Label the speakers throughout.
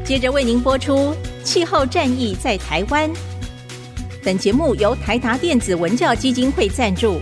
Speaker 1: 接着为您播出气候战役在台湾。本节目由台达电子文教基金会赞助。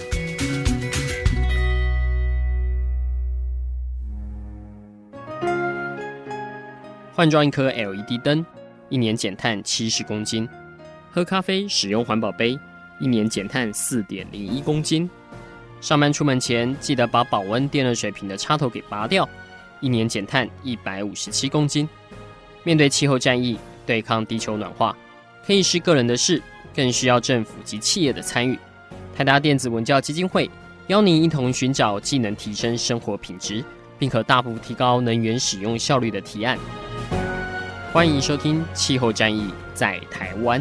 Speaker 2: 换装一颗 LED 灯，一年减碳70公斤；喝咖啡使用环保杯，一年减碳4.01公斤；上班出门前记得把保温电热水瓶的插头给拔掉，一年减碳157公斤。面对气候战役，对抗地球暖化，可以是个人的事，更需要政府及企业的参与。台达电子文教基金会邀您一同寻找既能提升生活品质，并可大幅提高能源使用效率的提案。欢迎收听《气候战役在台湾》。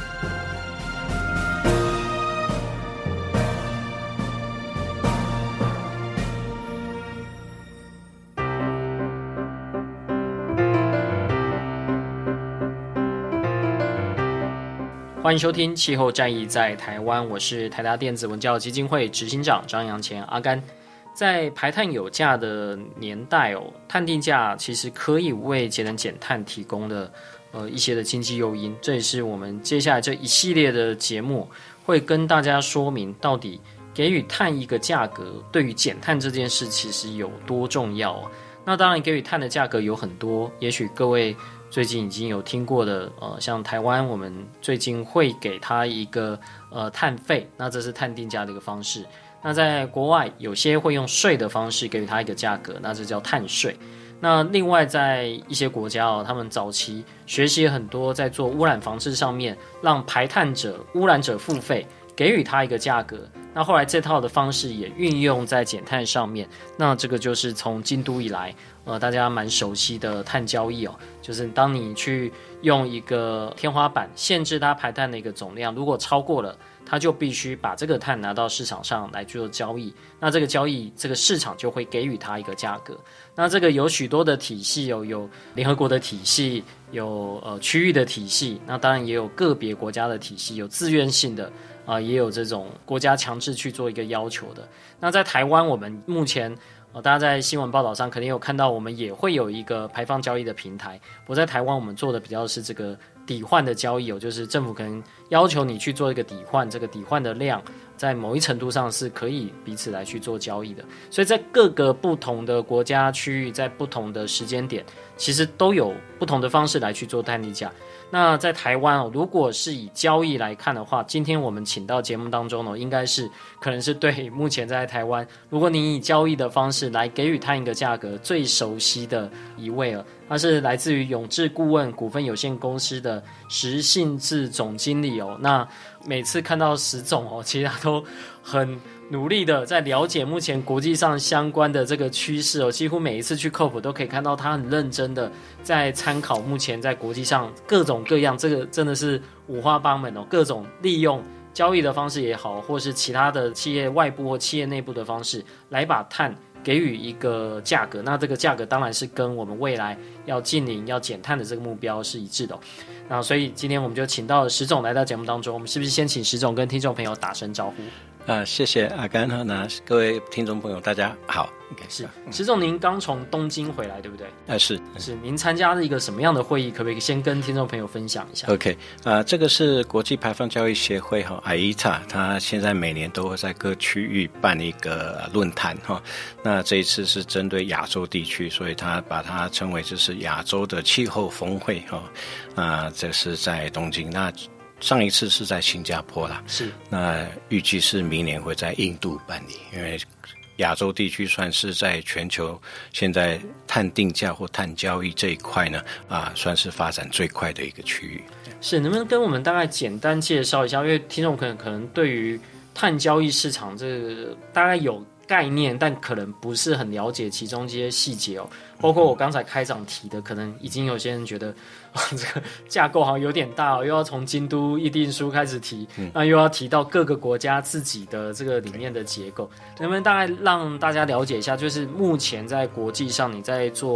Speaker 2: 欢迎收听《气候战役在台湾》，我是台达电子文教基金会执行长张扬前阿甘。在排碳有价的年代碳定价其实可以为节能减碳提供的一些的经济诱因，这也是我们接下来这一系列的节目会跟大家说明，到底给予碳一个价格对于减碳这件事其实有多重要。那当然给予碳的价格有很多，也许各位最近已经有听过的像台湾我们最近会给它一个碳费，那这是碳定价的一个方式。那在国外有些会用税的方式给予它一个价格，那这叫碳税。那另外在一些国家他们早期学习很多在做污染防治上面，让排碳者污染者付费，给予它一个价格。那后来这套的方式也运用在减碳上面，那这个就是从京都以来大家蛮熟悉的碳交易就是当你去用一个天花板限制它排碳的一个总量，如果超过了，它就必须把这个碳拿到市场上来做交易，那这个交易这个市场就会给予它一个价格。那这个有许多的体系有联合国的体系，有区域的体系，那当然也有个别国家的体系，有自愿性的也有这种国家强制去做一个要求的。那在台湾我们目前大家在新闻报道上肯定有看到，我们也会有一个排放交易的平台。我在台湾我们做的比较是这个抵换的交易就是政府可能要求你去做一个抵换，这个抵换的量在某一程度上是可以彼此来去做交易的。所以在各个不同的国家区域，在不同的时间点，其实都有不同的方式来去做碳定价。那在台湾如果是以交易来看的话，今天我们请到节目当中应该是可能是对目前在台湾，如果你以交易的方式来给予碳一个价格最熟悉的一位了。他是来自于永志顾问股份有限公司的石信志总经理那每次看到石总其实他都很努力的在了解目前国际上相关的这个趋势几乎每一次去 COP 都可以看到他很认真的在参考目前在国际上各种各样，这个真的是五花八门各种利用交易的方式也好，或是其他的企业外部或企业内部的方式来把碳给予一个价格。那这个价格当然是跟我们未来要净零要减碳的这个目标是一致的那所以今天我们就请到了石总来到节目当中，我们是不是先请石总跟听众朋友打声招呼？
Speaker 3: 谢谢阿甘那各位听众朋友大家好。
Speaker 2: 是石总，您刚从东京回来对不对？
Speaker 3: 是
Speaker 2: 您参加了一个什么样的会议，可不可以先跟听众朋友分享一下？
Speaker 3: OK 这个是国际排放交易协会IETA， 它现在每年都会在各区域办一个论坛那这一次是针对亚洲地区，所以它把它称为就是亚洲的气候峰会这是在东京，那上一次是在新加坡啦，
Speaker 2: 是
Speaker 3: 那预计是明年会在印度办理，因为亚洲地区算是在全球现在碳定价或碳交易这一块呢算是发展最快的一个区域。
Speaker 2: 是，能不能跟我们大概简单介绍一下，因为听众可能对于碳交易市场这个大概有概念，但可能不是很了解其中这些细节包括我刚才开场提的，可能已经有些人觉得这个架构好像有点大又要从京都议定书开始提那又要提到各个国家自己的这个里面的结构，能不能大概让大家了解一下，就是目前在国际上你在做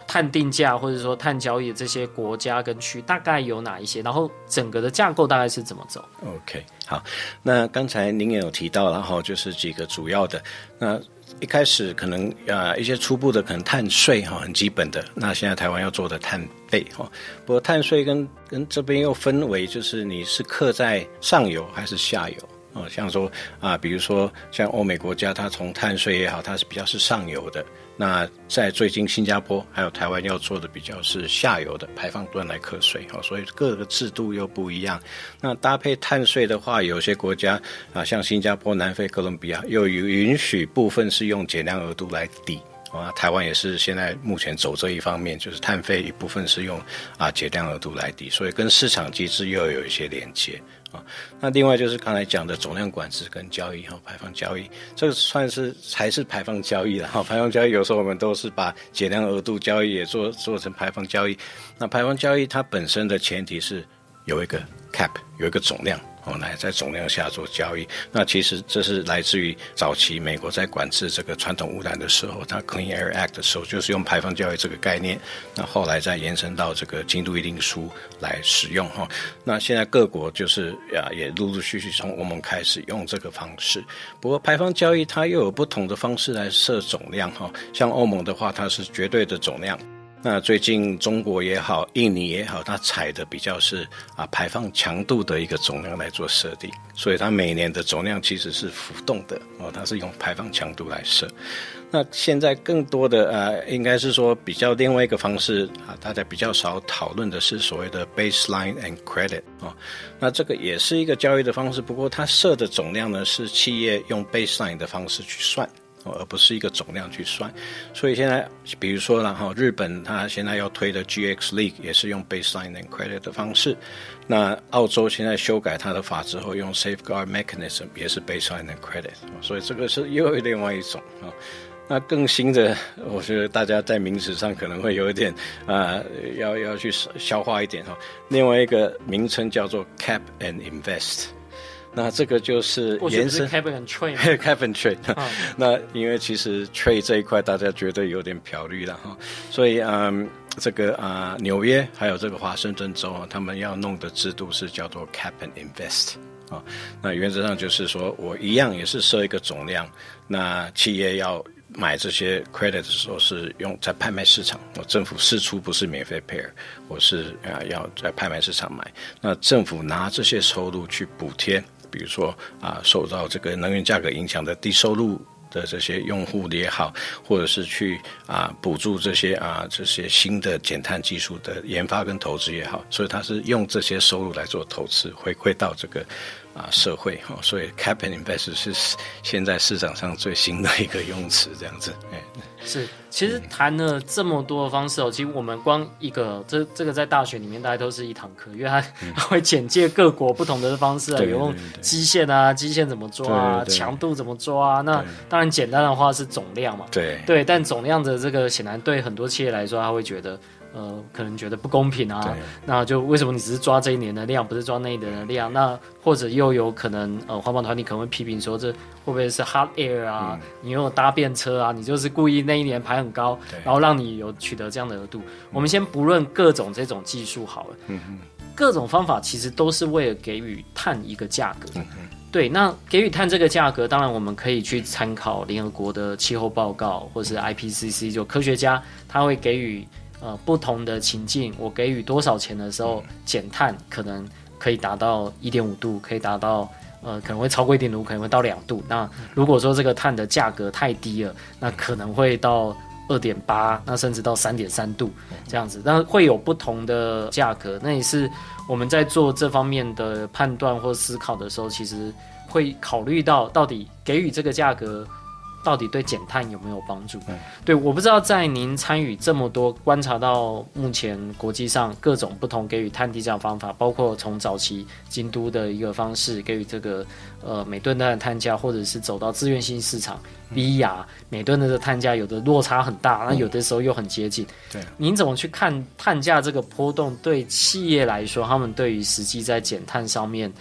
Speaker 2: 碳定价或者说碳交易的这些国家跟区大概有哪一些？然后整个的架构大概是怎么走
Speaker 3: ？OK， 好，那刚才您也有提到，然后就是几个主要的。那一开始可能一些初步的可能碳税很基本的。那现在台湾要做的碳费不过碳税跟这边又分为，就是你是课在上游还是下游。像说比如说像欧美国家，它从碳税也好，它是比较是上游的。那在最近新加坡还有台湾要做的比较是下游的排放端来课税，所以各个制度又不一样。那搭配碳税的话，有些国家像新加坡、南非、哥伦比亚又允许部分是用减量额度来抵。台湾也是现在目前走这一方面，就是碳费一部分是用减量额度来抵，所以跟市场机制又有一些连接。那另外就是刚才讲的总量管制跟交易排放交易，这个算是还是排放交易了排放交易有时候我们都是把减量额度交易也做成排放交易。那排放交易它本身的前提是有一个 cap， 有一个总量来在总量下做交易。那其实这是来自于早期美国在管制这个传统污染的时候，它 Clean Air Act 的时候就是用排放交易这个概念，那后来再延伸到这个京都议定书来使用那现在各国就是也陆陆续续从欧盟开始用这个方式。不过排放交易它又有不同的方式来设总量像欧盟的话，它是绝对的总量。那最近中国也好，印尼也好，它采的比较是排放强度的一个总量来做设定，所以它每年的总量其实是浮动的它是用排放强度来设。那现在更多的应该是说比较另外一个方式大家比较少讨论的是所谓的 baseline and credit 那这个也是一个交易的方式，不过它设的总量呢是企业用 baseline 的方式去算而不是一个总量去算。所以现在比如说日本它现在要推的 GX League 也是用 baseline and credit 的方式。那澳洲现在修改它的法之后用 safeguard mechanism 也是 baseline and credit， 所以这个是又另外一种那更新的我觉得大家在名词上可能会有一点要去消化一点另外一个名称叫做 cap and invest。那这个就是延伸
Speaker 2: cap and trade
Speaker 3: cap and trade 那因为其实 trade 这一块大家觉得有点漂绿了所以这个纽约还有这个华盛顿州他们要弄的制度是叫做 cap and invest那原则上就是说我一样也是设一个总量，那企业要买这些 credit 的时候是用在拍卖市场，政府释出不是免费 pair， 我是要在拍卖市场买，那政府拿这些收入去补贴比如说受到这个能源价格影响的低收入的这些用户也好，或者是去补助这些新的减碳技术的研发跟投资也好，所以它是用这些收入来做投资回馈到这个社会所以 cap and invest 是现在市场上最新的一个用词这样子
Speaker 2: 是，其实谈了这么多的方式其实我们光一个这个在大学里面大概都是一堂课，因为它会简介各国不同的方式有用基线基线怎么抓强度怎么抓那当然简单的话是总量嘛，对，但总量的这个显然对很多企业来说他会觉得可能觉得不公平那就为什么你只是抓这一年的量，不是抓那一年的量？那或者又有可能环保团体可能会批评说，这会不会是 hot air 你又有搭便车你就是故意那一年排很高，然后让你有取得这样的额度。我们先不论各种这种技术好了，各种方法其实都是为了给予碳一个价格。对，那给予碳这个价格，当然我们可以去参考联合国的气候报告，或是 IPCC， 就科学家他会给予不同的情境，我给予多少钱的时候，减碳可能可以达到 1.5 度，可以达到可能会超过 1.5 度，可能会到2度。那如果说这个碳的价格太低了，那可能会到 2.8， 那甚至到 3.3 度这样子。那会有不同的价格，那也是我们在做这方面的判断或思考的时候，其实会考虑到到底给予这个价格到底对减碳有没有帮助？对，我不知道在您参与这么多，观察到目前国际上各种不同给予碳地价的方法，包括从早期京都的一个方式给予这个每吨的碳价，或者是走到自愿性市场 VIA 每吨的碳价有的落差很大，那有的时候又很接近。对，您怎么去看碳价这个波动对企业来说，他们对于实际在减碳上面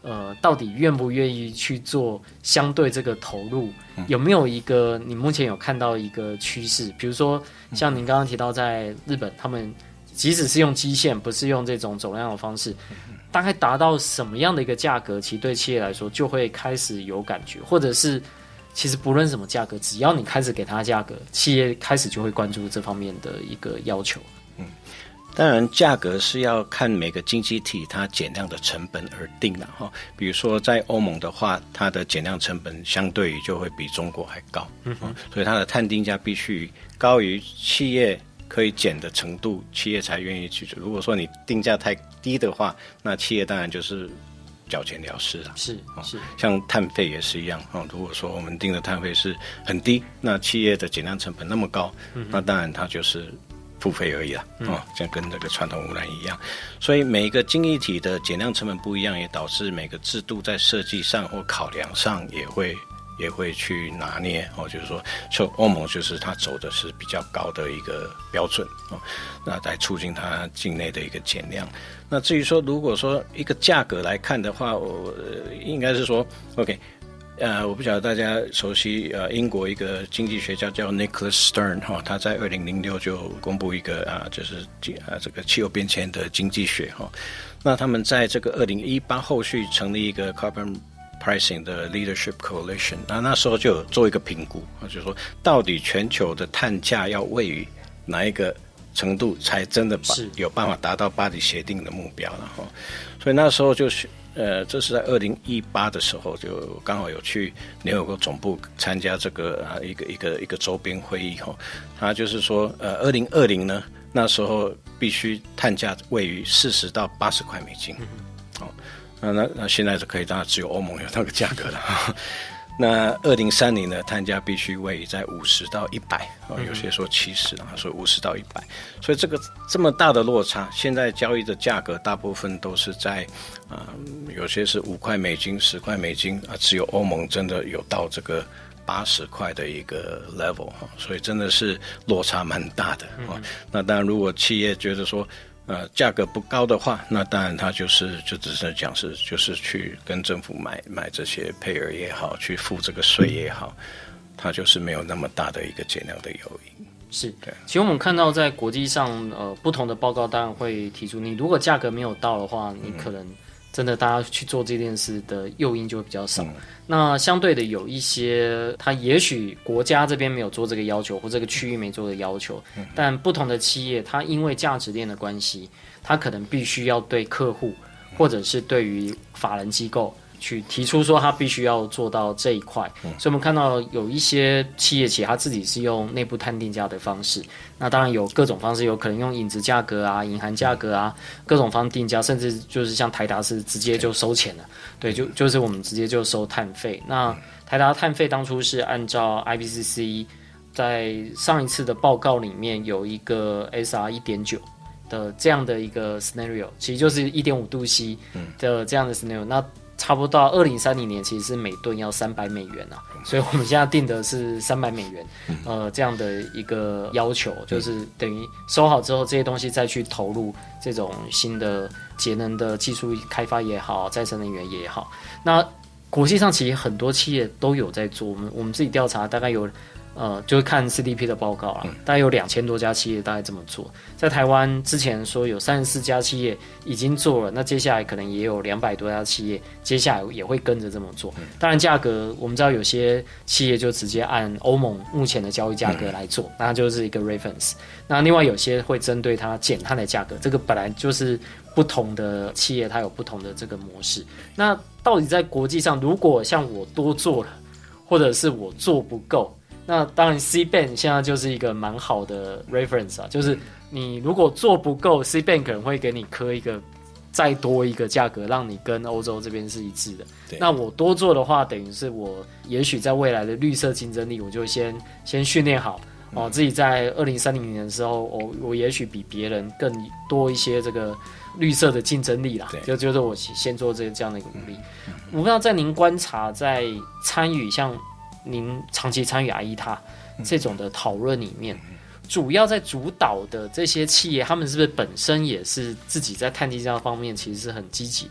Speaker 2: 到底愿不愿意去做相对这个投入，有没有一个你目前有看到一个趋势？比如说像您刚刚提到在日本，他们即使是用基线，不是用这种总量的方式，大概达到什么样的一个价格，其实对企业来说就会开始有感觉，或者是其实不论什么价格，只要你开始给它价格，企业开始就会关注这方面的一个要求。
Speaker 3: 当然，价格是要看每个经济体它减量的成本而定的哈。比如说，在欧盟的话，它的减量成本相对于就会比中国还高，所以它的碳定价必须高于企业可以减的程度，企业才愿意去做。如果说你定价太低的话，那企业当然就是缴钱了事了。
Speaker 2: 是，
Speaker 3: 像碳费也是一样如果说我们定的碳费是很低，那企业的减量成本那么高，那当然它就是付费而已啦，像跟这个传统污染一样。所以每一个经济体的减量成本不一样，也导致每个制度在设计上或考量上也会去拿捏就是说，欧盟就是它走的是比较高的一个标准那来促进它境内的一个减量。那至于说，如果说一个价格来看的话，我应该是说 ，OK。我不晓得大家熟悉英国一个经济学家叫 Nicholas Stern 他在2006就公布一个就是这个气候变迁的经济学那他们在这个2018后续成立一个 Carbon Pricing 的 Leadership Coalition， 那时候就有做一个评估就是说到底全球的碳价要位于哪一个程度才真的有办法达到巴黎协定的目标了所以那时候就是这是在2018的时候，就刚好有去联合国总部参加这个一个周边会议他就是说2020呢，那时候必须碳价位于40到80块美金那现在就可以，当然只有欧盟有那个价格了那2030呢，碳价必须位于在50到100有些说70说50到100，所以这么大的落差，现在交易的价格大部分都是在有些是5块美金、10块美金只有欧盟真的有到这个80块的一个 level 所以真的是落差蛮大的那当然，如果企业觉得说价格不高的话，那当然他就只是讲就是去跟政府买这些配额也好，去付这个税也好，他就是没有那么大的一个减量的诱因。
Speaker 2: 是，其实我们看到在国际上不同的报告当然会提出，你如果价格没有到的话，你可能真的大家去做这件事的诱因就会比较少那相对的有一些它也许国家这边没有做这个要求，或这个区域没做的要求但不同的企业它因为价值链的关系，它可能必须要对客户或者是对于法人机构去提出说他必须要做到这一块所以我们看到有一些企业他自己是用内部碳定价的方式，那当然有各种方式，有可能用影子价格隐含价格各种方式定价，甚至就是像台达是直接就收钱了对，就是我们直接就收碳费。那台达碳费当初是按照 IPCC 在上一次的报告里面有一个 SR 1.9的这样的一个 scenario， 其实就是1.5度 C 的这样的 scenario那差不多到2030年其实是每吨要300美元所以我们现在定的是300美元这样的一个要求，就是等于收好之后这些东西再去投入这种新的节能的技术开发也好，再生能源也好。那国际上其实很多企业都有在做，我们自己调查大概有就是看 CDP 的报告大概有2000多家企业大概这么做。在台湾之前说有34家企业已经做了，那接下来可能也有200多家企业接下来也会跟着这么做当然价格我们知道有些企业就直接按欧盟目前的交易价格来做那就是一个 reference。 那另外有些会针对它减碳的价格，这个本来就是不同的企业它有不同的这个模式。那到底在国际上，如果像我多做了，或者是我做不够，那当然 CBAM 现在就是一个蛮好的 reference 就是你如果做不够 CBAM 可能会给你磕一个再多一个价格，让你跟欧洲这边是一致的。那我多做的话，等于是我也许在未来的绿色竞争力我就先训练好自己在2030年的时候我也许比别人更多一些这个绿色的竞争力啦就是我先做这样的一个努力我不知道在您观察在参与像您长期参与AITA这种的讨论里面主要在主导的这些企业，他们是不是本身也是自己在碳定价方面其实是很积极的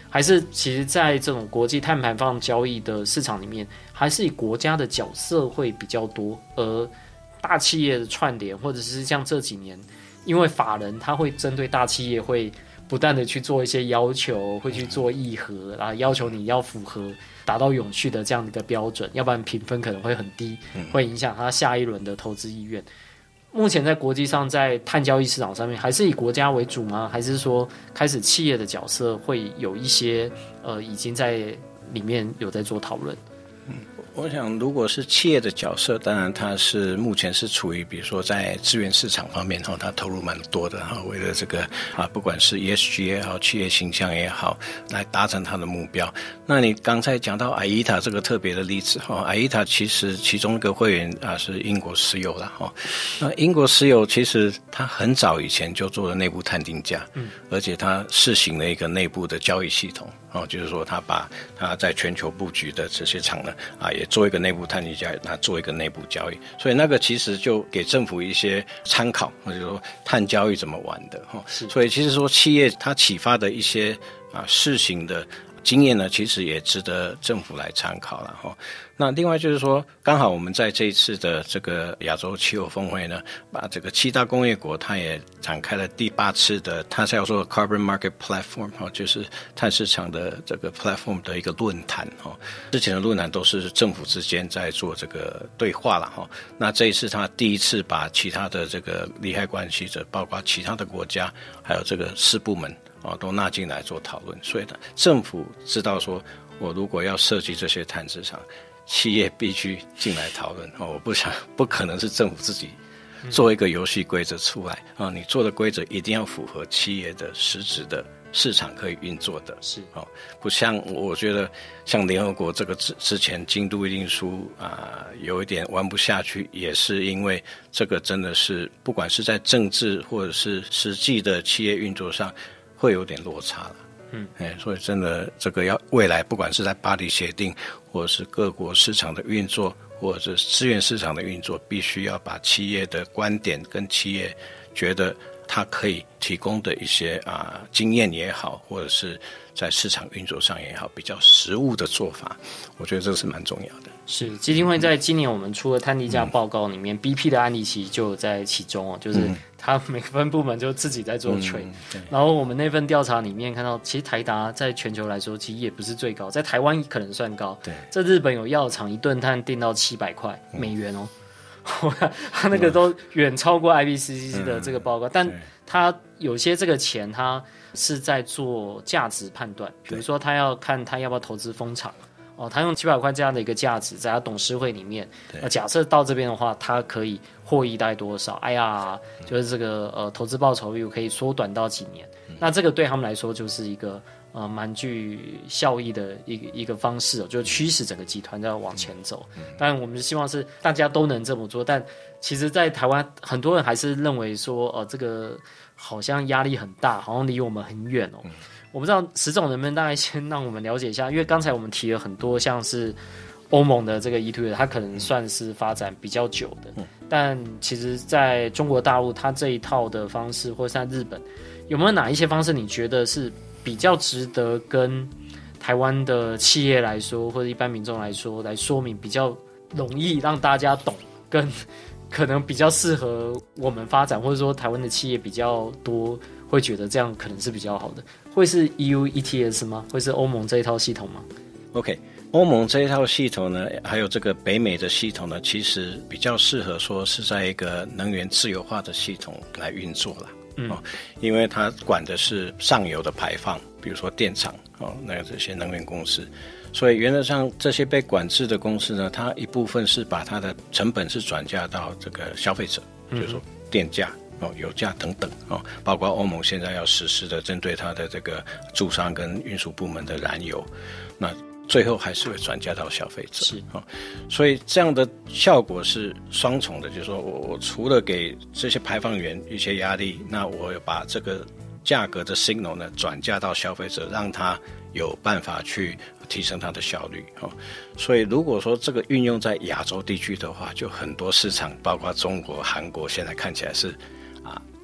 Speaker 2: 还是其实在这种国际碳排放交易的市场里面，还是以国家的角色会比较多，而大企业的串联，或者是像这几年，因为法人他会针对大企业会不断的去做一些要求，会去做议核，然后要求你要符合达到永续的这样的一个标准，要不然评分可能会很低，会影响他下一轮的投资意愿。目前在国际上，在碳交易市场上面，还是以国家为主吗？还是说开始企业的角色会有一些已经在里面有在做讨论？
Speaker 3: 我想，如果是企业的角色，当然它是目前是处于，比如说在资源市场方面哈，它投入蛮多的哈，为了这个不管是 ESG 也好，企业形象也好，来达成它的目标。那你刚才讲到 AITA 这个特别的例子哈，AITA 其实其中一个会员是英国石油啦哈。那英国石油其实它很早以前就做了内部碳定价，而且它试行了一个内部的交易系统。就是说他把他在全球布局的这些厂呢也做一个内部碳定价，做一个内部交易，所以那个其实就给政府一些参考，或者说碳交易怎么玩的。所以其实说企业它启发的一些试行的经验呢，其实也值得政府来参考了哈。那另外就是说，刚好我们在这一次的这个亚洲气候峰会呢，把这个7大工业国它也展开了第8次的，它叫做 Carbon Market Platform 就是碳市场的这个 platform 的一个论坛哈。之前的论坛都是政府之间在做这个对话了哈。那这一次它第一次把其他的这个利害关系者，包括其他的国家，还有这个4部门都纳进来做讨论。所以呢，政府知道说，我如果要设计这些碳市场，企业必须进来讨论我不可能是政府自己做一个游戏规则出来你做的规则一定要符合企业的实质的市场可以运作的，
Speaker 2: 是
Speaker 3: 不像我觉得像联合国这个之前京都议定书有一点玩不下去，也是因为这个真的是不管是在政治或者是实际的企业运作上会有点落差了。所以真的这个要未来不管是在巴黎协定，或者是各国市场的运作，或者是资源市场的运作，必须要把企业的观点跟企业觉得它可以提供的一些经验也好，或者是在市场运作上也好，比较实务的做法，我觉得这是蛮重要的。
Speaker 2: 是基金会在今年我们出的碳定价报告里面，BP 的案例其实就在其中就是它每个分部门就自己在做trade，然后我们那份调查里面看到，其实台达在全球来说其实也不是最高，在台湾可能算高，对，在日本有药厂一吨碳定到700块美元它那个都远超过 IPCC 的这个报告，但它有些这个钱它是在做价值判断，比如说他要看他要不要投资风场他用700块这样的一个价值在他董事会里面，假设到这边的话，他可以获益大概多少？IRR就是这个投资报酬率可以缩短到几年？那这个对他们来说就是一个蛮具效益的一个方式就驱使整个集团在往前走。当然我们希望是大家都能这么做，但其实在台湾很多人还是认为说这个好像压力很大，好像离我们很远我不知道石总能不能大概先让我们了解一下，因为刚才我们提了很多像是欧盟的这个 ETS， 它可能算是发展比较久的，但其实在中国大陆它这一套的方式，或者在日本有没有哪一些方式你觉得是比较值得跟台湾的企业来说，或者一般民众来说来说明，比较容易让大家懂，跟可能比较适合我们发展，或者说台湾的企业比较多会觉得这样可能是比较好的？会是 EU ETS 吗？会是欧盟这一套系统吗？
Speaker 3: OK， 欧盟这一套系统呢，还有这个北美的系统呢，其实比较适合说是在一个能源自由化的系统来运作啦。因为它管的是上游的排放，比如说电厂那这些能源公司，所以原则上这些被管制的公司呢，它一部分是把它的成本是转嫁到这个消费者，就是说电价油价等等包括欧盟现在要实施的针对它的这个驻商跟运输部门的燃油，那最后还是会转嫁到消费者。是所以这样的效果是双重的，就是说我除了给这些排放源一些压力，那我把这个价格的 signal 呢转嫁到消费者，让他有办法去提升它的效率所以如果说这个运用在亚洲地区的话，就很多市场包括中国、韩国现在看起来是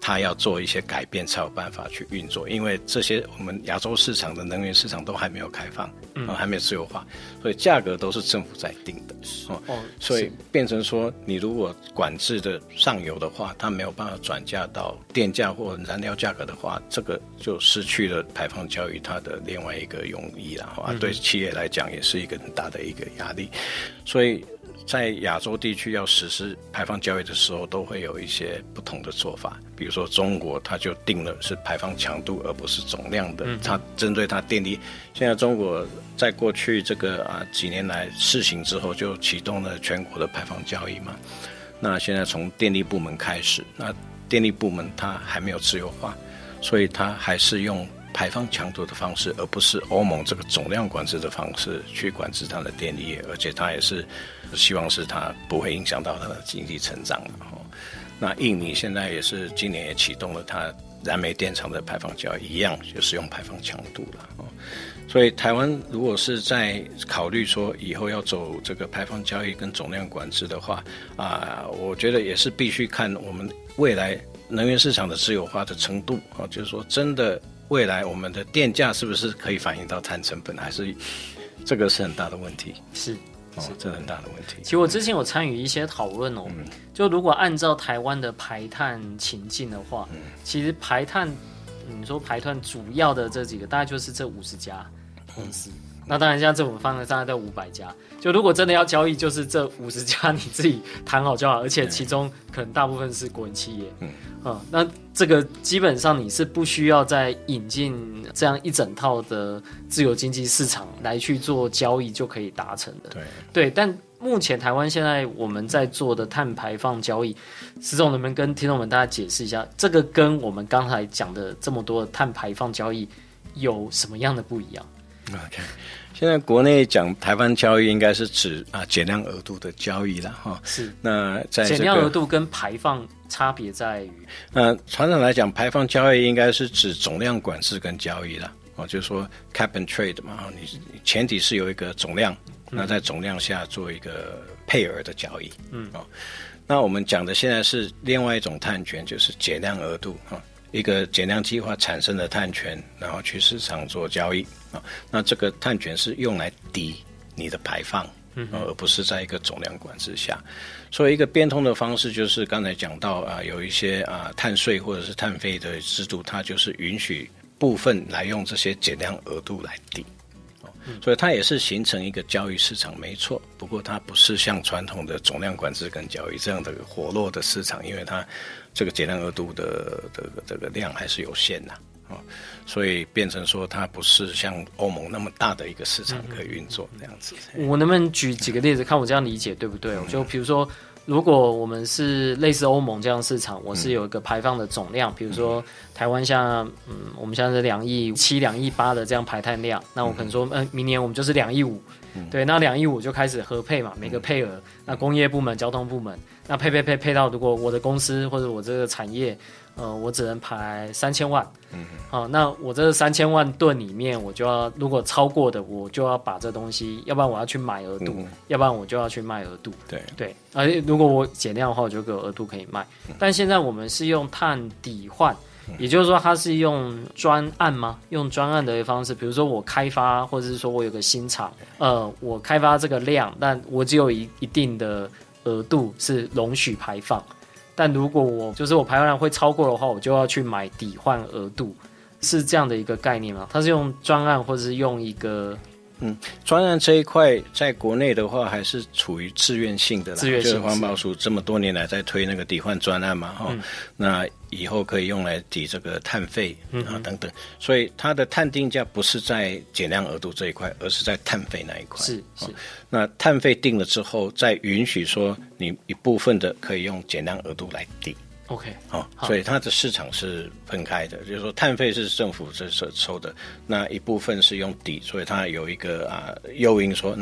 Speaker 3: 它要做一些改变才有办法去运作，因为这些我们亚洲市场的能源市场都还没有开放，还没有自由化，所以价格都是政府在定的，所以变成说你如果管制的上游的话，它没有办法转嫁到电价或燃料价格的话，这个就失去了排放交易它的另外一个用意了，对企业来讲也是一个很大的一个压力，所以在亚洲地区要实施排放交易的时候，都会有一些不同的做法。比如说中国，它就定了是排放强度，而不是总量的。它针对它电力，现在中国在过去这个几年来试行之后，就启动了全国的排放交易嘛。那现在从电力部门开始，那电力部门它还没有自由化，所以它还是用排放强度的方式，而不是欧盟这个总量管制的方式去管制它的电力业，而且它也是希望是它不会影响到它的经济成长。那印尼现在也是今年也启动了它燃煤电厂的排放交易，一样就是用排放强度了。所以台湾如果是在考虑说以后要走这个排放交易跟总量管制的话，我觉得也是必须看我们未来能源市场的自由化的程度，就是说真的未来我们的电价是不是可以反映到碳成本，还是这个是很大的问题。
Speaker 2: 是
Speaker 3: 这很大的问题。
Speaker 2: 其实我之前有参与一些讨论就如果按照台湾的排碳情境的话，其实排碳，你说排碳主要的这几个大概就是这50家公司。那当然现在政府放在大概在500家，就如果真的要交易，就是这50家你自己谈好就好，而且其中可能大部分是国营企业。那这个基本上你是不需要再引进这样一整套的自由经济市场来去做交易就可以达成的。对，但目前台湾现在我们在做的碳排放交易，石总能不能跟听众们大家解释一下，这个跟我们刚才讲的这么多的碳排放交易有什么样的不一样
Speaker 3: ？OK， 现在国内讲排放交易应该是指减量额度的交易啦，
Speaker 2: 是。
Speaker 3: 那在
Speaker 2: 减量额度跟排放差别在于，
Speaker 3: 传统来讲，排放交易应该是指总量管制跟交易啦，就是说 cap and trade 嘛，你前提是有一个总量，那在总量下做一个配额的交易，那我们讲的现在是另外一种碳权，就是减量额度一个减量计划产生的碳权，然后去市场做交易那这个碳权是用来抵你的排放，而不是在一个总量管制下。所以一个变通的方式就是刚才讲到有一些碳税或者是碳费的制度，它就是允许部分来用这些减量额度来抵。所以它也是形成一个交易市场，没错。不过它不是像传统的总量管制跟交易这样的活络的市场，因为它这个减量额度的这个量还是有限的所以变成说它不是像欧盟那么大的一个市场可以运作这样子。
Speaker 2: 我能不能举几个例子，看我这样理解对不对？就比如说，如果我们是类似欧盟这样的市场，我是有一个排放的总量，比如说台湾像我们现在是2.7亿、2.8亿的这样排碳量，那我可能说明年我们就是2.5亿，对，那2.5亿就开始合配嘛，每个配额，那工业部门、交通部门，那配到，如果我的公司或者我这个产业，我只能排3000万，那我这3000万吨里面，我就要如果超过的，我就要把这东西，要不然我要去买额度，要不然我就要去卖额度。对，而如果我减量的话，我就有额度可以卖。但现在我们是用碳抵换，也就是说它是用专案吗？用专案的方式，比如说我开发，或者是说我有个新厂，我开发这个量，但我只有一定的额度是容许排放。但如果我排放量会超过的话，我就要去买抵换额度，是这样的一个概念吗？它是用专案，或者是用一个
Speaker 3: 专案这一块在国内的话还是处于自愿性的啦，就是环保署这么多年来在推那个抵换专案嘛，那以后可以用来抵这个碳费等等，所以它的碳定价不是在减量额度这一块，而是在碳费那一块。
Speaker 2: 是
Speaker 3: 那碳费定了之后，再允许说你一部分的可以用减量额度来抵。
Speaker 2: OK，
Speaker 3: 所以它的市场是分开的，就是说碳费是政府这收的，那一部分是用抵，所以它有一个诱因说，那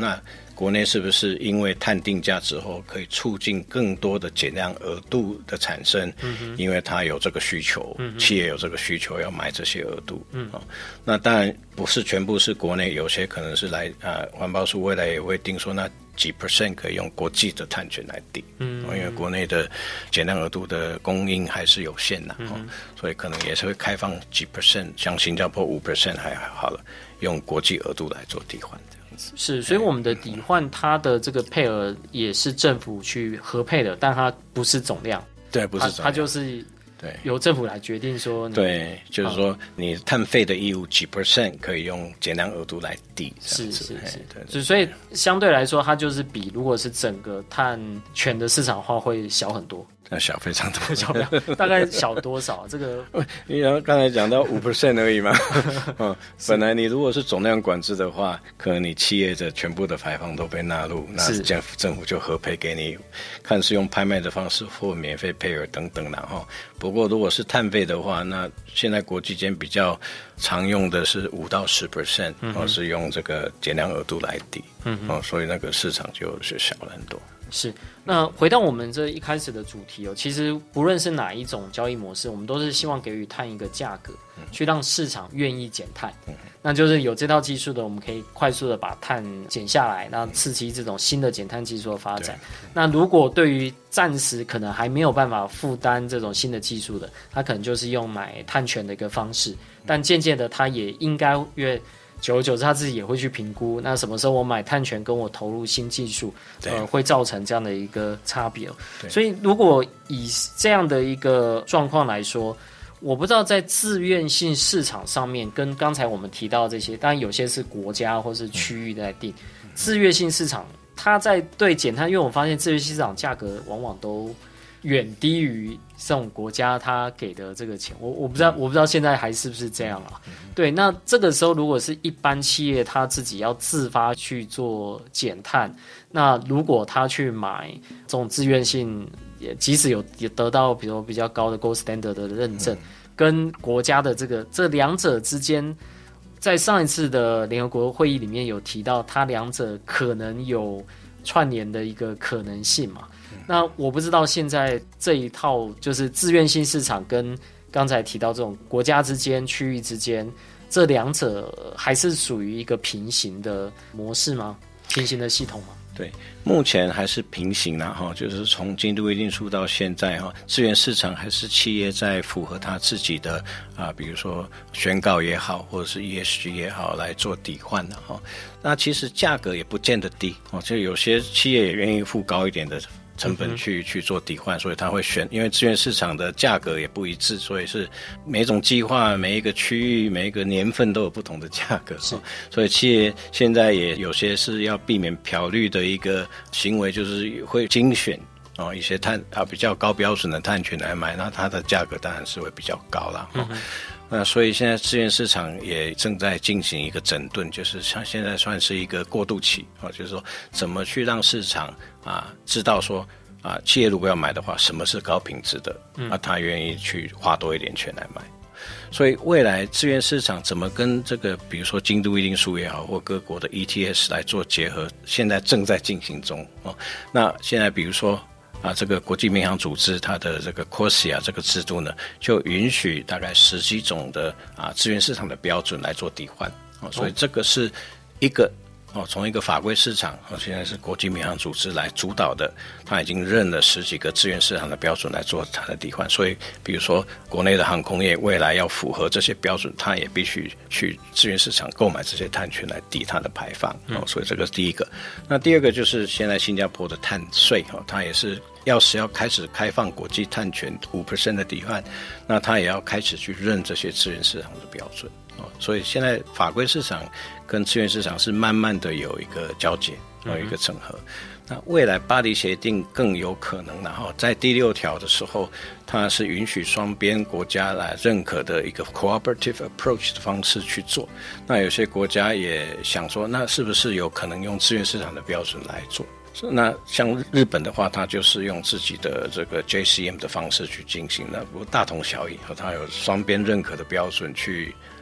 Speaker 3: 国内是不是因为碳定价之后可以促进更多的减量额度的产生，因为它有这个需求，企业有这个需求要买这些额度，那当然不是全部是国内，有些可能是来环保署未来也会定说那几 % 可以用国际的碳权来定，因为国内的减量额度的供应还是有限的，所以可能也是会开放几 %，像新加坡5% 还好了，用国际额度来做抵换这样子。
Speaker 2: 是，所以我们的抵换它的这个配额也是政府去核配的，但它不是总量，
Speaker 3: 对，不是总量，
Speaker 2: 它就是对，由政府来决定说，
Speaker 3: 对，就是说你碳费的义务几 % 可以用减量额度来抵，
Speaker 2: 是，对，所以相对来说，它就是比如果是整个碳权的市场化会小很多。
Speaker 3: 那小非常多，
Speaker 2: 小大概小多少？这个
Speaker 3: 你刚才讲到5% 而已嘛，本来你如果是总量管制的话，可能你企业的全部的排放都被纳入，那政府就核配给你，看是用拍卖的方式或免费配额等等啦哈。不过如果是碳费的话，那现在国际间比较常用的是5到10%，是用这个减量额度来抵，所以那个市场就是小了很多。
Speaker 2: 是，那回到我们这一开始的主题其实不论是哪一种交易模式，我们都是希望给予碳一个价格，去让市场愿意减碳。那就是有这套技术的，我们可以快速的把碳减下来，那刺激这种新的减碳技术的发展。那如果对于暂时可能还没有办法负担这种新的技术的，他可能就是用买碳权的一个方式，但渐渐的他也应该因为久而久之他自己也会去评估，那什么时候我买碳权跟我投入新技术会造成这样的一个差别。所以如果以这样的一个状况来说，我不知道在自愿性市场上面跟刚才我们提到这些，当然有些是国家或是区域在定，自愿性市场它在对减碳，因为我发现自愿性市场价格往往都远低于这种国家他给的这个钱，我不知道现在还是不是这样啊？对，那这个时候如果是一般企业他自己要自发去做减碳，那如果他去买这种自愿性，即使有得到比如比较高的 Gold Standard 的认证，跟国家的这两者之间，在上一次的联合国会议里面有提到，它两者可能有串联的一个可能性嘛？那我不知道现在这一套就是自愿性市场跟刚才提到这种国家之间、区域之间，这两者还是属于一个平行的模式吗？平行的系统吗？
Speaker 3: 对，目前还是平行啦哈，就是从京都议定书到现在哈，资源市场还是企业在符合他自己的比如说宣告也好，或者是 ESG 也好来做抵换的哈。那其实价格也不见得低哦，就有些企业也愿意付高一点的成本去做抵换，所以他会选，因为资源市场的价格也不一致，所以是每种计划、每一个区域、每一个年份都有不同的价格。所以企业现在也有些是要避免漂绿的一个行为，就是会精选一些比较高标准的碳权来买，那它的价格当然是会比较高啦。那所以现在资源市场也正在进行一个整顿，就是像现在算是一个过渡期就是说怎么去让市场知道说企业如果要买的话，什么是高品质的，他愿意去花多一点钱来买。所以未来资源市场怎么跟这个比如说京都议定书也好，或各国的 ETS 来做结合，现在正在进行中那现在比如说这个国际民航组织它的这个 CORSIA 这个制度呢，就允许大概10几种的资源市场的标准来做抵换所以这个是一个从一个法规市场现在是国际民航组织来主导的，他已经认了10几个资源市场的标准来做它的抵换，所以比如说国内的航空业未来要符合这些标准，它也必须去资源市场购买这些碳权来抵它的排放所以这个是第一个。那第二个就是现在新加坡的碳税它也是要开始开放国际碳权 5% 的抵换，那它也要开始去认这些资源市场的标准所以现在法规市场跟资源市场是慢慢的有一个交接，有一个整合。那未来巴黎协定更有可能在第6条的时候，它是允许双边国家来认可的一个 cooperative approach 的方式去做。那有些国家也想说，那是不是有可能用资源市场的标准来做？那像日本的话，它就是用自己的这个 JCM 的方式去进行，那不大同小异，它有双边认可的标准去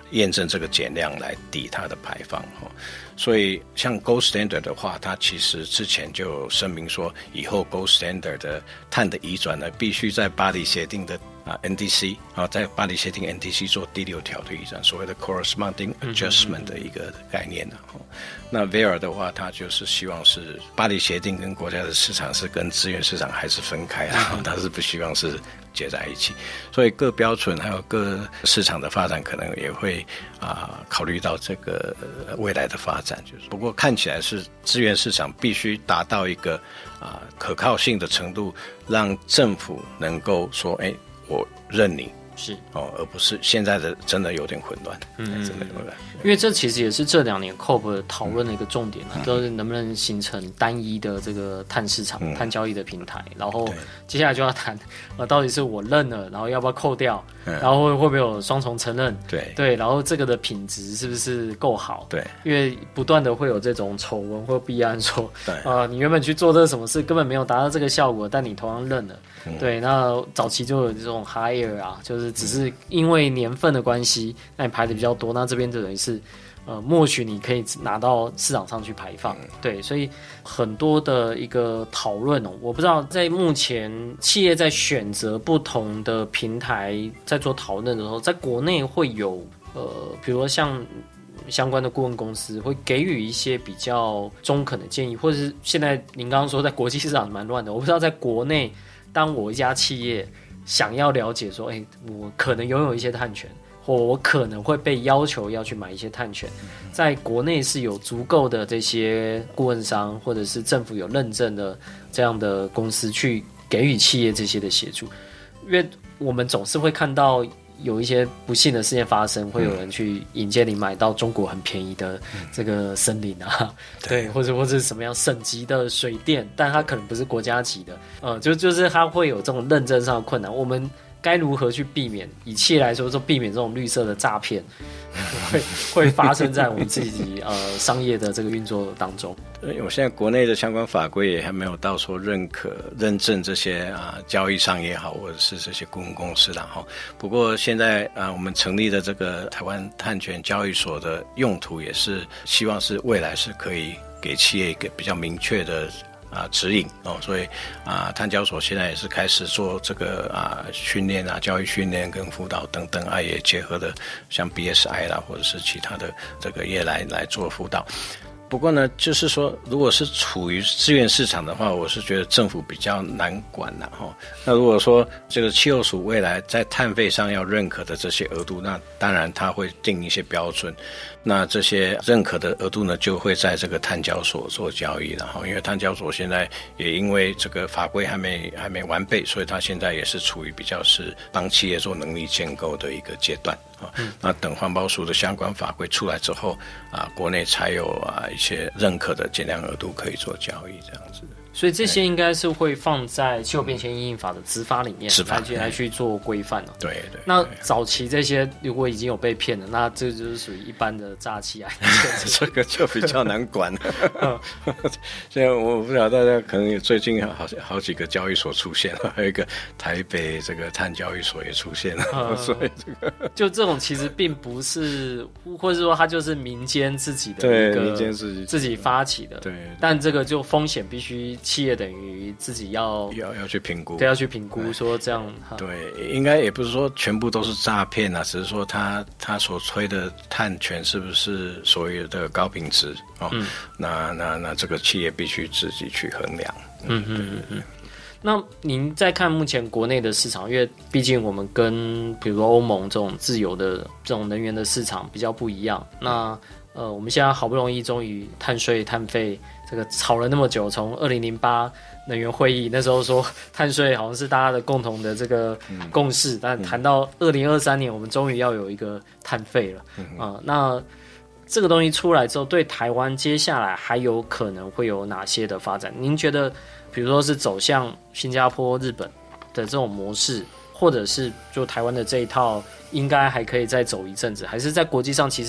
Speaker 3: 验证这个减量来抵它的排放。所以像 Gold Standard 的话，它其实之前就声明说，以后 Gold Standard 的碳的移转呢，必须在巴黎协定的NDC 在巴黎协定 NDC 做第6条的移转，所谓的 corresponding adjustment 的一个概念。那 VAIR 的话，它就是希望是巴黎协定跟国家的市场是跟资源市场还是分开的，它是不希望是结在一起，所以各标准还有各市场的发展可能也会考虑到这个未来的发展。就是不过看起来是资源市场必须达到一个可靠性的程度，让政府能够说，我认你。
Speaker 2: 是
Speaker 3: 而不是现在的真的有点混乱，真的混乱。
Speaker 2: 因为这其实也是这2年 COP 讨论的一个重点都是能不能形成单一的这个碳市场、碳交易的平台。然后接下来就要谈，到底是我认了，然后要不要扣掉，然后会不会有双重承认？对，然后这个的品质是不是够好？对，因为不断的会有这种丑闻或弊案说，你原本去做这个什么事根本没有达到这个效果，但你同样认了。对，那早期就有这种 higher 就是只是因为年份的关系，那你排的比较多，那这边就等于是默许你可以拿到市场上去排放。对，所以很多的一个讨论我不知道在目前企业在选择不同的平台在做讨论的时候，在国内会有比如说像相关的顾问公司会给予一些比较中肯的建议，或者是现在您刚刚说在国际市场蛮乱的，我不知道在国内当我一家企业想要了解说，我可能拥有一些碳权，或我可能会被要求要去买一些碳权，在国内是有足够的这些顾问商或者是政府有认证的这样的公司去给予企业这些的协助。因为我们总是会看到有一些不幸的事件发生，会有人去引荐你买到中国很便宜的这个森林对，或者是什么样省级的水电，但它可能不是国家级的，就是它会有这种认证上的困难。我们该如何去避免？以企业来说，避免这种绿色的诈骗会发生在我们自己商业的这个运作当中。
Speaker 3: 我现在国内的相关法规也还没有到说认证这些交易商也好，或者是这些顾问公司啦。不过现在我们成立的这个台湾碳权交易所的用途也是希望是未来是可以给企业一个比较明确的指引所以碳交所现在也是开始做这个训练教育训练跟辅导等等也结合的像 BSI 啦或者是其他的这个业来做辅导。不过呢，就是说，如果是处于资源市场的话，我是觉得政府比较难管那如果说这个气候署未来在碳费上要认可的这些额度，那当然它会定一些标准。那这些认可的额度呢，就会在这个碳交所做交易了因为碳交所现在也因为这个法规还没完备，所以它现在也是处于比较是帮企业做能力建构的一个阶段那等环保署的相关法规出来之后国内才有一些认可的减量额度可以做交易这样子。
Speaker 2: 所以这些应该是会放在气候变迁因应法的执法里面来去做规范
Speaker 3: 对。
Speaker 2: 那早期这些如果已经有被骗了，那这就是属于一般的诈欺
Speaker 3: 这个就比较难管现在我不晓得大家可能最近好几个交易所出现了，还有一个台北这个碳交易所也出现了所以
Speaker 2: 就这种其实并不是，或者说它就是民间自己的一个
Speaker 3: 民间
Speaker 2: 自己发起的，对，但这个就风险必须企业等于自己要
Speaker 3: 去评估，
Speaker 2: 对，要去评估说这样
Speaker 3: 对，应该也不是说全部都是诈骗只是说他所吹的碳权是不是所谓的高品质那这个企业必须自己去衡量。
Speaker 2: 那您在看目前国内的市场，因为毕竟我们跟比如说欧盟这种自由的这种能源的市场比较不一样，那我们现在好不容易终于碳税碳费这个吵了那么久，从2008能源会议那时候说碳税好像是大家的共同的这个共识，但谈到2023年我们终于要有一个碳费了那这个东西出来之后，对台湾接下来还有可能会有哪些的发展？您觉得比如说是走向新加坡、日本的这种模式，或者是就台湾的这一套应该还可以再走一阵子，还是在国际上其实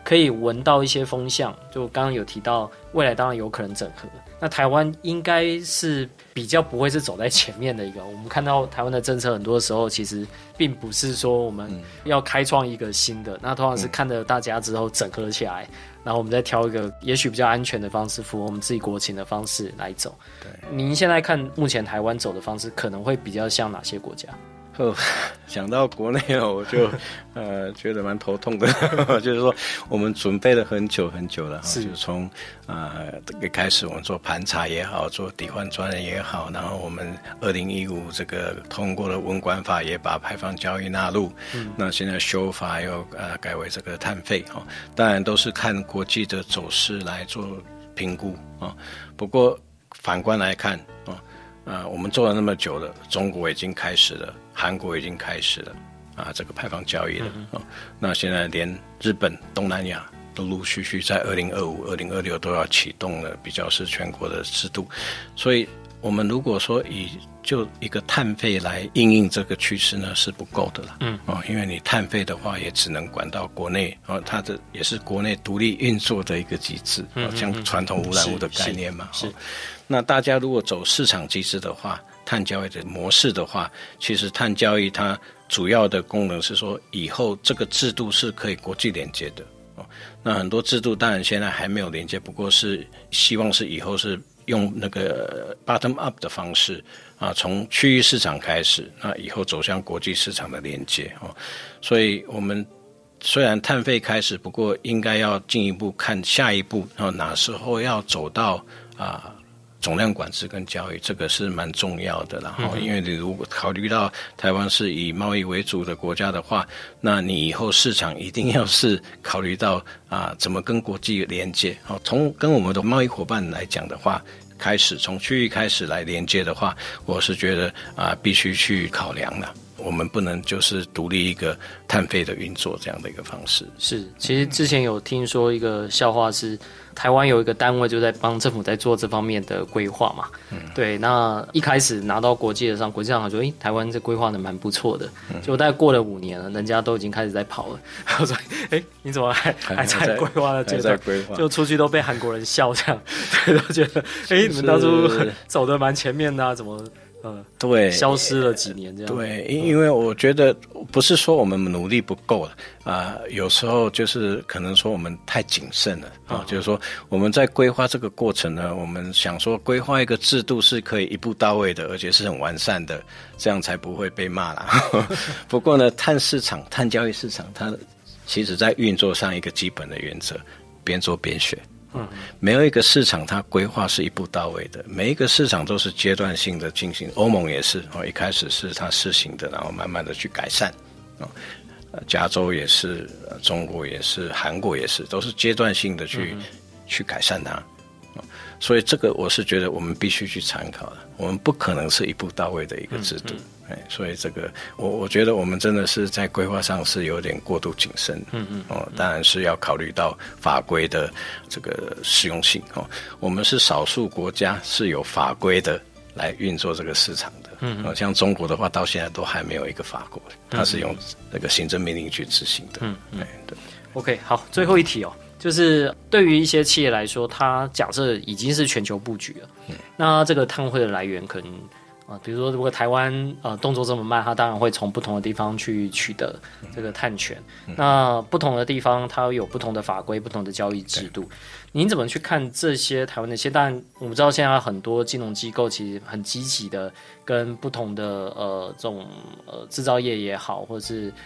Speaker 2: 可以闻到一些风向，就刚刚有提到未来当然有可能整合，那台湾应该是比较不会是走在前面的一个。我们看到台湾的政策很多时候其实并不是说我们要开创一个新的，那通常是看着大家之后整合起来，然后我们再挑一个也许比较安全的方式，符合我们自己国情的方式来走。对，您现在看目前台湾走的方式可能会比较像哪些国家？
Speaker 3: 想到国内我就觉得蛮头痛的就是说我们准备了很久很久了，就从一开始我们做盘查也好，做抵换专案也好，然后我们2015这个通过了温管法，也把排放交易纳入，那现在修法又改为这个碳费当然都是看国际的走势来做评估不过反观来看我们做了那么久了，中国已经开始了，韩国已经开始了这个排放交易了那现在连日本、东南亚都陆续在2025、2026都要启动了比较是全国的制度，所以我们如果说就一个碳费来因应这个趋势呢是不够的了因为你碳费的话也只能管到国内它的也是国内独立运作的一个机制像传统污染物的概念嘛是那大家如果走市场机制的话，碳交易的模式的话，其实碳交易它主要的功能是说以后这个制度是可以国际连接的那很多制度当然现在还没有连接，不过是希望是以后是用那个 bottom up 的方式从区域市场开始，那以后走向国际市场的连接所以我们虽然碳费开始，不过应该要进一步看下一步哪时候要走到总量管制跟交易，这个是蛮重要的。然后因为你如果考虑到台湾是以贸易为主的国家的话，那你以后市场一定要是考虑到怎么跟国际连接从跟我们的贸易伙伴来讲的话，开始从区域开始来连接的话，我是觉得必须去考量了。我们不能就是独立一个碳费的运作这样的一个方式。是，
Speaker 2: 其实之前有听说一个笑话是，台湾有一个单位就在帮政府在做这方面的规划嘛。对，那一开始拿到国际上说，台湾这规划的蛮不错的。结果大概过了5年了，人家都已经开始在跑了。我说，你怎么还在规划的阶段？就出去都被韩国人笑这样，对，都觉得，你们当初走得蛮前面的啊，怎么？
Speaker 3: 对，
Speaker 2: 消失了几年这样。
Speaker 3: 对，因为我觉得不是说我们努力不够了有时候就是可能说我们太谨慎了就是说我们在规划这个过程呢，我们想说规划一个制度是可以一步到位的，而且是很完善的，这样才不会被骂啦不过呢，碳交易市场它其实在运作上一个基本的原则，边做边学没有一个市场它规划是一步到位的，每一个市场都是阶段性的进行。欧盟也是一开始是它试行的，然后慢慢的去改善加州也是中国也是韩国也是，都是阶段性的去改善它所以这个我是觉得我们必须去参考的，我们不可能是一步到位的一个制度所以这个我觉得我们真的是在规划上是有点过度谨慎当然是要考虑到法规的这个适用性我们是少数国家是有法规的来运作这个市场的像中国的话到现在都还没有一个法规，它是用那个行政命令去执行的对
Speaker 2: OK 好，最后一题就是对于一些企业来说，它假设已经是全球布局了那这个碳汇的来源可能比如说如果台湾动作这么慢，它当然会从不同的地方去取得这个碳权那不同的地方它有不同的法规，不同的交易制度，您怎么去看这些台湾的一些？当然我们知道现在很多金融机构其实很积极的跟不同的这种制造业也好，或者是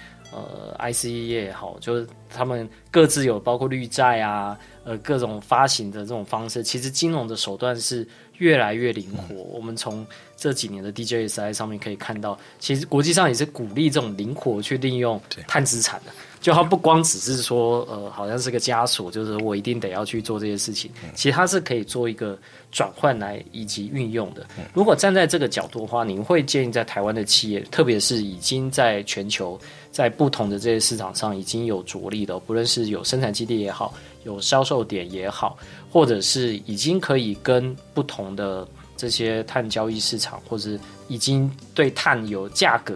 Speaker 2: ICE 业也好，就是他们各自有包括绿债各种发行的这种方式，其实金融的手段是越来越灵活我们从这几年的 DJSI 上面可以看到，其实国际上也是鼓励这种灵活去利用碳资产的，就它不光只是说好像是个枷锁，就是我一定得要去做这些事情其实它是可以做一个转换来以及运用的如果站在这个角度的话，您会建议在台湾的企业，特别是已经在全球在不同的这些市场上已经有着力的，不论是有生产基地也好，有销售点也好，或者是已经可以跟不同的这些碳交易市场，或者已经对碳有价格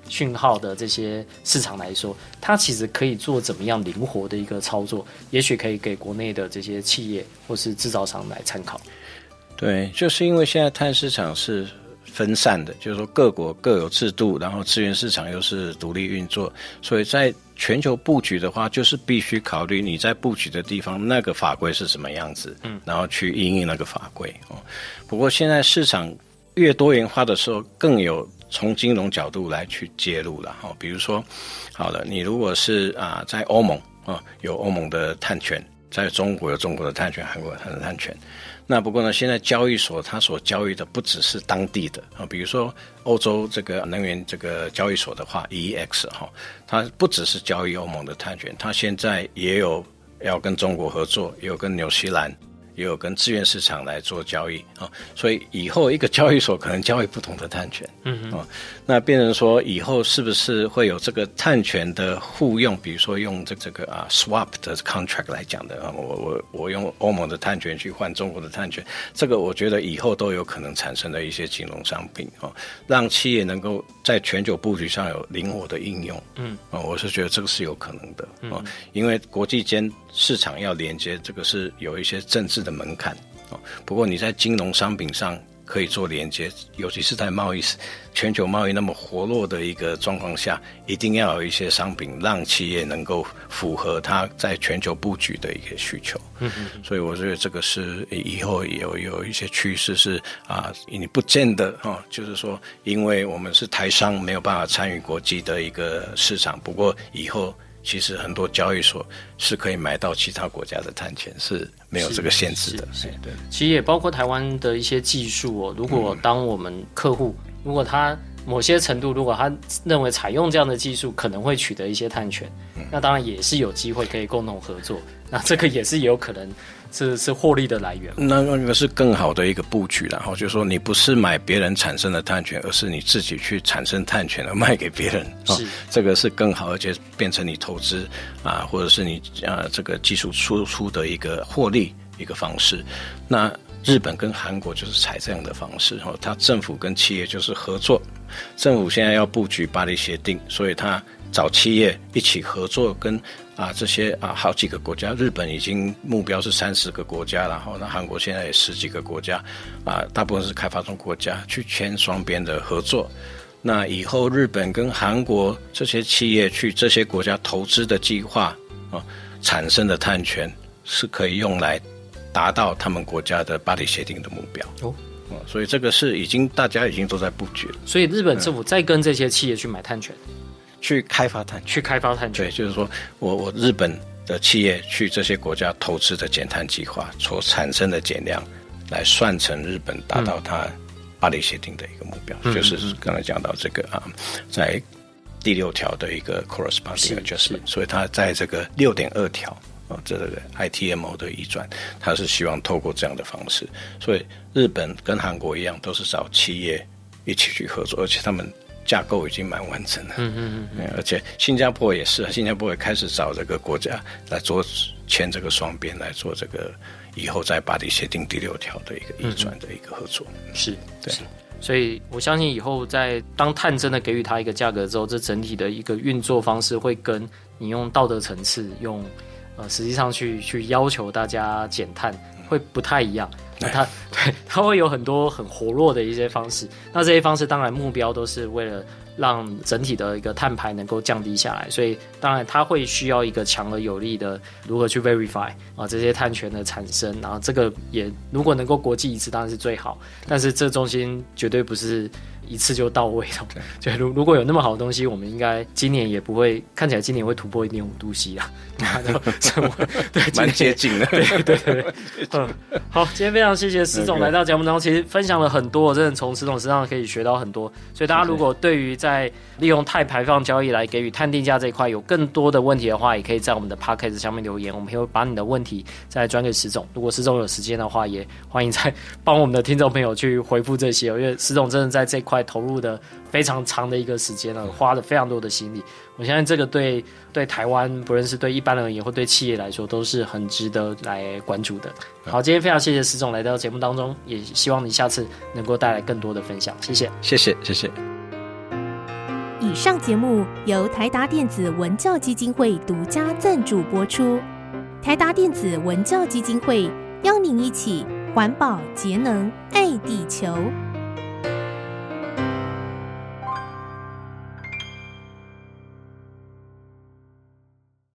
Speaker 2: 讯号的这些市场来说，它其实可以做怎么样灵活的一个操作，也许可以给国内的这些企业或是制造商来参考。
Speaker 3: 对，就是因为现在碳市场是分散的，就是说各国各有制度，然后资源市场又是独立运作，所以在全球布局的话，就是必须考虑你在布局的地方那个法规是什么样子，然后去因应那个法规。不过现在市场越多元化的时候，更有从金融角度来去介入了。比如说，好了，你如果是在欧盟有欧盟的碳权，在中国有中国的碳权，韩国有碳权。那不过呢，现在交易所它所交易的不只是当地的比如说欧洲这个能源这个交易所的话 EEX 它不只是交易欧盟的碳权，它现在也有要跟中国合作，也有跟纽西兰，也有跟资源市场来做交易所以以后一个交易所可能交易不同的碳权那变成说以后是不是会有这个碳权的互用，比如说用这个swap 的 contract 来讲的我用欧盟的碳权去换中国的碳权，这个我觉得以后都有可能产生的一些金融商品让企业能够在全球布局上有灵活的应用我是觉得这个是有可能的因为国际间市场要连接，这个是有一些政治的门槛不过你在金融商品上可以做连接，尤其是在全球贸易那么活络的一个状况下，一定要有一些商品让企业能够符合它在全球布局的一个需求所以我觉得这个是以后有一些趋势是你不见得就是说因为我们是台商没有办法参与国际的一个市场，不过以后其实很多交易所是可以买到其他国家的碳权，是没有这个限制的。对，
Speaker 2: 其实也包括台湾的一些技术如果当我们客户如果他某些程度，如果他认为采用这样的技术可能会取得一些碳权那当然也是有机会可以共同合作，那这个也是有可能是获利的来源。
Speaker 3: 那个是更好的一个布局，然后就是说你不是买别人产生的碳权，而是你自己去产生碳权而卖给别人这个是更好，而且变成你投资或者是你这个技术输出的一个获利一个方式。那日本跟韩国就是采这样的方式它政府跟企业就是合作，政府现在要布局巴黎协定，所以他找企业一起合作，跟这些好几个国家，日本已经目标是30个国家，然后那韩国现在也10几个国家大部分是开发中国家去签双边的合作。那以后日本跟韩国这些企业去这些国家投资的计划产生的碳权是可以用来达到他们国家的巴黎协定的目标所以这个是大家已经都在布局了。
Speaker 2: 所以日本政府在跟这些企业去买碳权，
Speaker 3: 去开发碳权。对，就是说我日本的企业去这些国家投资的减碳计划所产生的减量，来算成日本达到它巴黎协定的一个目标就是刚才讲到这个在第6条的一个 corresponding adjustment， 所以它在这个6.2条这个 ITMO 的移转，它是希望透过这样的方式，所以日本跟韩国一样都是找企业一起去合作，而且他们架构已经蛮完整的而且新加坡也是，新加坡也开始找这个国家来做签这个双边，来做这个以后在巴黎协定第6条的一个移转的一个合作
Speaker 2: 是
Speaker 3: 对。
Speaker 2: 所以我相信以后在当碳真的给予它一个价格之后，这整体的一个运作方式会跟你用道德层次用实际上去要求大家减碳会不太一样，它会有很多很活络的一些方式，那这些方式当然目标都是为了让整体的一个碳排能够降低下来，所以当然它会需要一个强而有力的如何去 verify 这些碳权的产生，然后这个也如果能够国际一致当然是最好，但是这中心绝对不是一次就到位的。就如果有那么好的东西，我们应该今年也不会，看起来今年会突破1.5度 C 啦，对，
Speaker 3: 蛮接近的。
Speaker 2: 对，好，今天非常谢谢施总来到节目当中，其实分享了很多，真的从施总身上可以学到很多。所以大家如果对于在利用碳排放交易来给予碳定价这一块有更多的问题的话，也可以在我们的 Podcast 下面留言，我们会把你的问题再转给施总。如果施总有时间的话，也欢迎再帮我们的听众朋友去回复这些，因为施总真的在这一块投入的非常长的一个时间了，花了非常多的心力。我相信这个对台湾，不论是对一般人而言或对企业来说，都是很值得来关注的。好，今天非常谢谢施总来到节目当中，也希望你下次能够带来更多的分享。谢谢。
Speaker 3: 谢谢。
Speaker 1: 以
Speaker 4: 以上节目由台达电子文教基金会独家赞助播出。台达电子文教基金会邀您一起环保节能爱地球。